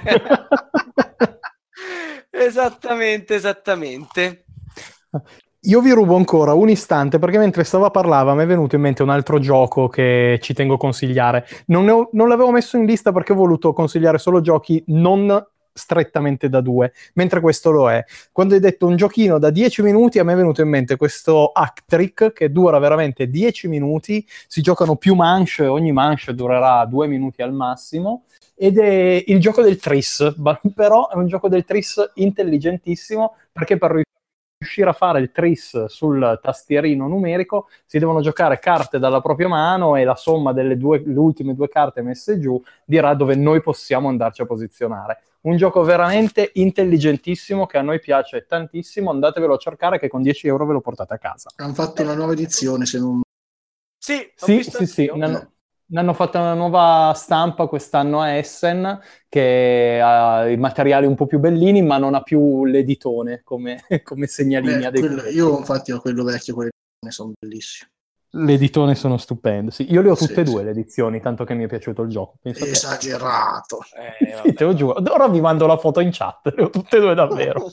esattamente, esattamente. Io vi rubo ancora un istante perché mentre stava parlando mi è venuto in mente un altro gioco che ci tengo a consigliare. Non, ne ho, non l'avevo messo in lista perché ho voluto consigliare solo giochi non strettamente da due, mentre questo lo è. Quando hai detto un giochino da dieci minuti, a me è venuto in mente questo Actrick che dura veramente dieci minuti, si giocano più manche, ogni manche durerà due minuti al massimo, ed è il gioco del tris, però è un gioco del tris intelligentissimo perché per riuscire a fare il tris sul tastierino numerico si devono giocare carte dalla propria mano e la somma delle due, le ultime due carte messe giù dirà dove noi possiamo andarci a posizionare. Un gioco veramente intelligentissimo che a noi piace tantissimo, andatevelo a cercare che con dieci euro ve lo portate a casa. Hanno fatto una nuova edizione, se non... Sì, sì, sì, sì, ne hanno, ne hanno fatto una nuova stampa quest'anno a Essen che ha i materiali un po' più bellini, ma non ha più l'editone come, come segnalini. Beh, quello, io infatti ho quello vecchio, quelli sono bellissimi. L'editone sono stupendo, sì. Io le ho tutte sì, e due sì. le edizioni, tanto che mi è piaciuto il gioco. Penso Esagerato. Che... Eh, sì, te lo giuro. Ora vi mando la foto in chat, le ho tutte e due davvero.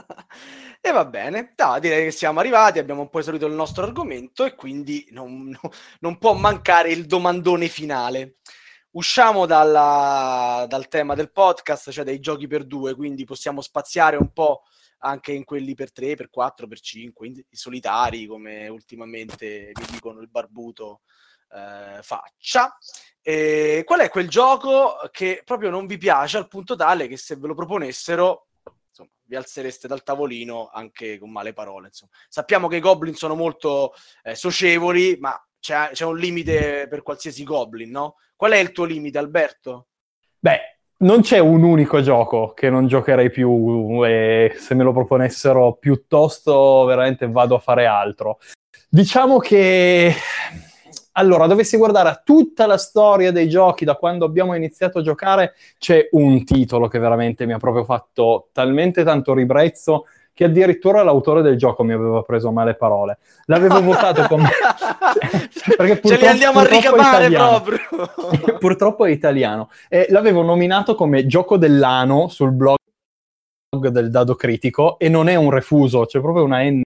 E va bene, no, direi che siamo arrivati, abbiamo un po' esaurito il nostro argomento e quindi non, non, non può mancare il domandone finale. Usciamo dalla, dal tema del podcast, cioè dei giochi per due, quindi possiamo spaziare un po' anche in quelli per tre, per quattro, per cinque, i solitari, come ultimamente mi dicono il barbuto eh, faccia. E qual è quel gioco che proprio non vi piace al punto tale che se ve lo proponessero, insomma, vi alzereste dal tavolino anche con male parole, insomma. Sappiamo che i goblin sono molto eh, socievoli, ma c'è, c'è un limite per qualsiasi goblin, no? Qual è il tuo limite, Alberto? Beh, non c'è un unico gioco che non giocherei più e se me lo proponessero piuttosto veramente vado a fare altro. Diciamo che allora, dovessi guardare a tutta la storia dei giochi da quando abbiamo iniziato a giocare, c'è un titolo che veramente mi ha proprio fatto talmente tanto ribrezzo che addirittura l'autore del gioco mi aveva preso a male parole. L'avevo votato come... perché ce li andiamo a ricavare proprio! Purtroppo è italiano. E l'avevo nominato come gioco dell'anno sul blog del Dado Critico e non è un refuso, c'è proprio una N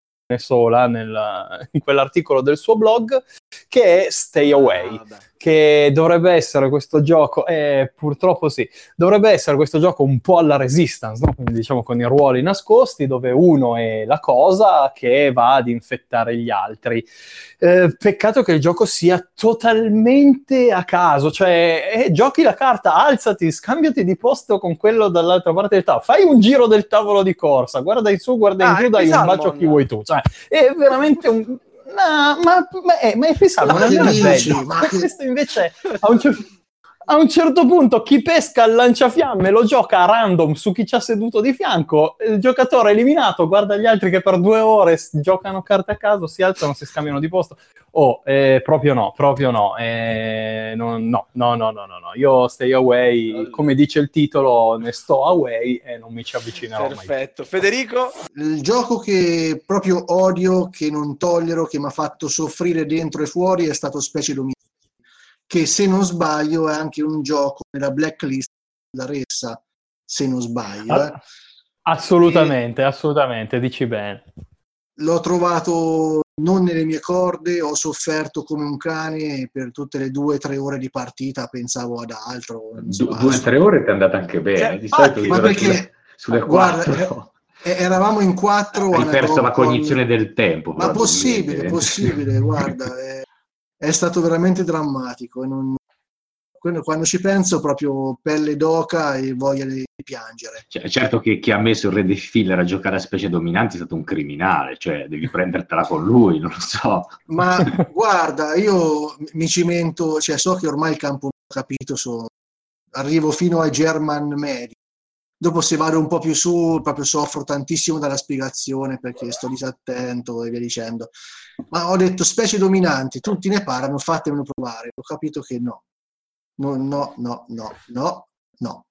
sola nel, in quell'articolo del suo blog, che è Stay Away, ah, che dovrebbe essere questo gioco, e purtroppo sì, dovrebbe essere questo gioco un po' alla Resistance, no? Quindi diciamo con i ruoli nascosti, dove uno è la cosa che va ad infettare gli altri. Eh, peccato che il gioco sia totalmente a caso, cioè eh, giochi la carta, alzati, scambiati di posto con quello dall'altra parte del tavolo, fai un giro del tavolo di corsa, guarda in su, guarda in ah, giù, dai un bacio a chi vuoi tu, cioè è veramente un... No, ma, ma, è, ma è pensato, ma non è bello. Ma che... Questo invece a un, cer- a un certo punto chi pesca il lanciafiamme lo gioca a random su chi ci ha seduto di fianco, il giocatore eliminato guarda gli altri che per due ore giocano carte a caso, si alzano, si scambiano di posto. Oh, eh, proprio no, proprio no. Eh, no, no, no, no, no, no. Io Stay Away, come dice il titolo, ne sto away e non mi ci avvicinerò mai. Perfetto. Federico? Il gioco che proprio odio, che non tollero, che mi ha fatto soffrire dentro e fuori è stato Specie Dominanti, che se non sbaglio è anche un gioco nella blacklist della Ressa, se non sbaglio. Eh. Assolutamente, e... assolutamente, dici bene. L'ho trovato non nelle mie corde, ho sofferto come un cane e per tutte le due o tre ore di partita pensavo ad altro. Du- due o tre ore ti è andata anche bene, di solito ma perché, sulle, sulle guarda, quattro. Eh, eravamo in quattro. Hai perso la cognizione del tempo. Ma possibile, possibile, guarda, è, è stato veramente drammatico. E non... Quando ci penso proprio pelle d'oca e voglia di piangere. Cioè, certo che chi ha messo il Re dei Filler a giocare a Specie Dominanti è stato un criminale, cioè devi prendertela con lui, non lo so. Ma guarda, io mi cimento, cioè so che ormai il campo ho capito, so, arrivo fino ai German medi. Dopo se vado un po' più su, proprio soffro tantissimo dalla spiegazione perché sto disattento e via dicendo. Ma ho detto Specie Dominanti, tutti ne parlano, fatemelo provare. Ho capito che no. No, no, no, no, no, no.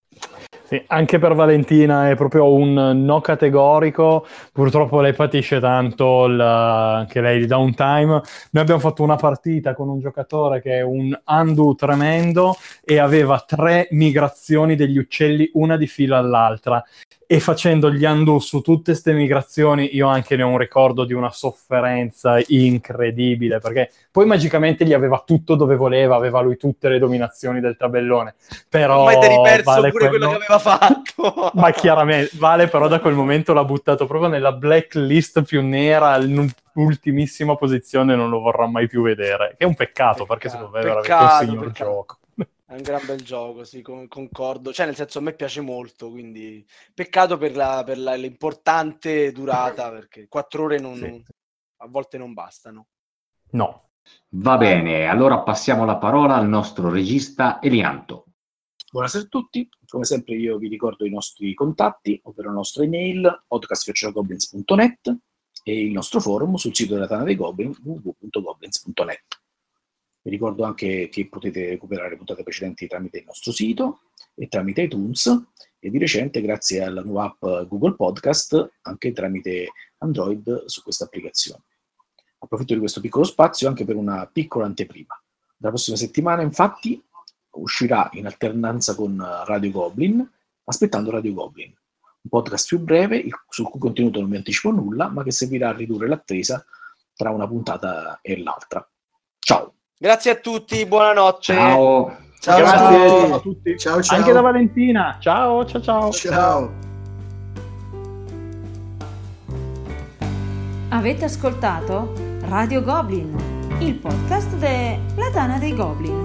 Sì, anche per Valentina è proprio un no categorico. Purtroppo lei patisce tanto il, anche lei il downtime. Noi abbiamo fatto una partita con un giocatore che è un undo tremendo e aveva tre migrazioni degli uccelli una di fila all'altra, e facendo gli undo su tutte ste migrazioni io anche ne ho un ricordo di una sofferenza incredibile, perché poi magicamente gli aveva tutto dove voleva, aveva lui tutte le dominazioni del tabellone, però ormai ti eri perso vale pure quello... quello che aveva fatto. Ma chiaramente vale, però da quel momento l'ha buttato proprio nella blacklist più nera, all'ultimissima posizione, non lo vorrà mai più vedere, che è un peccato, peccato perché secondo me è veramente un signor peccato. gioco. È un gran bel gioco, sì, con- concordo. Cioè, nel senso, a me piace molto, quindi peccato per, la, per la- l'importante durata, perché quattro ore non, Sì. non- a volte non bastano. No. Va Vai. bene, allora passiamo la parola al nostro regista Elianto. Buonasera a tutti, come sempre io vi ricordo i nostri contatti, ovvero la nostra email podcast chiocciola goblins punto net e il nostro forum sul sito della Tana dei Goblin w w w punto goblins punto net. Vi ricordo anche che potete recuperare le puntate precedenti tramite il nostro sito e tramite iTunes e di recente grazie alla nuova app Google Podcast anche tramite Android su questa applicazione. Approfitto di questo piccolo spazio anche per una piccola anteprima. Dalla prossima settimana infatti uscirà in alternanza con Radio Goblin, Aspettando Radio Goblin, un podcast più breve sul cui contenuto non vi anticipo nulla, ma che servirà a ridurre l'attesa tra una puntata e l'altra. Ciao! Grazie a tutti, buonanotte. Ciao! Ciao, Grazie ciao. a tutti. Ciao, ciao. Anche da Valentina. Ciao, ciao, ciao. Ciao. Avete ascoltato Radio Goblin, il podcast della Tana dei Goblin.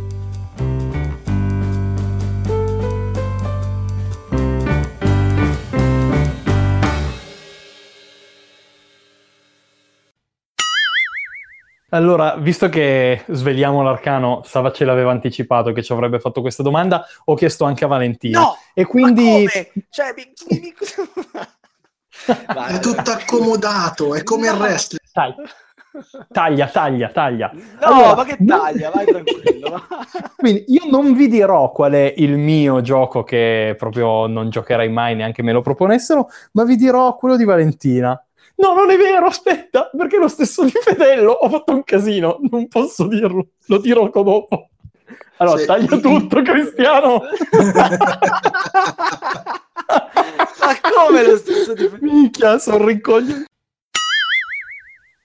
Allora, visto che Svegliamo l'Arcano Sava ce l'aveva anticipato che ci avrebbe fatto questa domanda, ho chiesto anche a Valentina. No! E quindi... Ma come? Cioè, mi- mi- mi- Vai, È tutto accomodato, è come il resto. Dai. Taglia, taglia, taglia. No, Allora, ma che taglia, vai tranquillo. va. Quindi io non vi dirò qual è il mio gioco che proprio non giocherai mai, neanche me lo proponessero, ma vi dirò quello di Valentina. No, non è vero, aspetta, perché è lo stesso di Fedello, ho fatto un casino, non posso dirlo, lo dirò dopo. Allora, Sì. taglia tutto, Cristiano! Ma come lo stesso di Minchia, sono rincoglionito.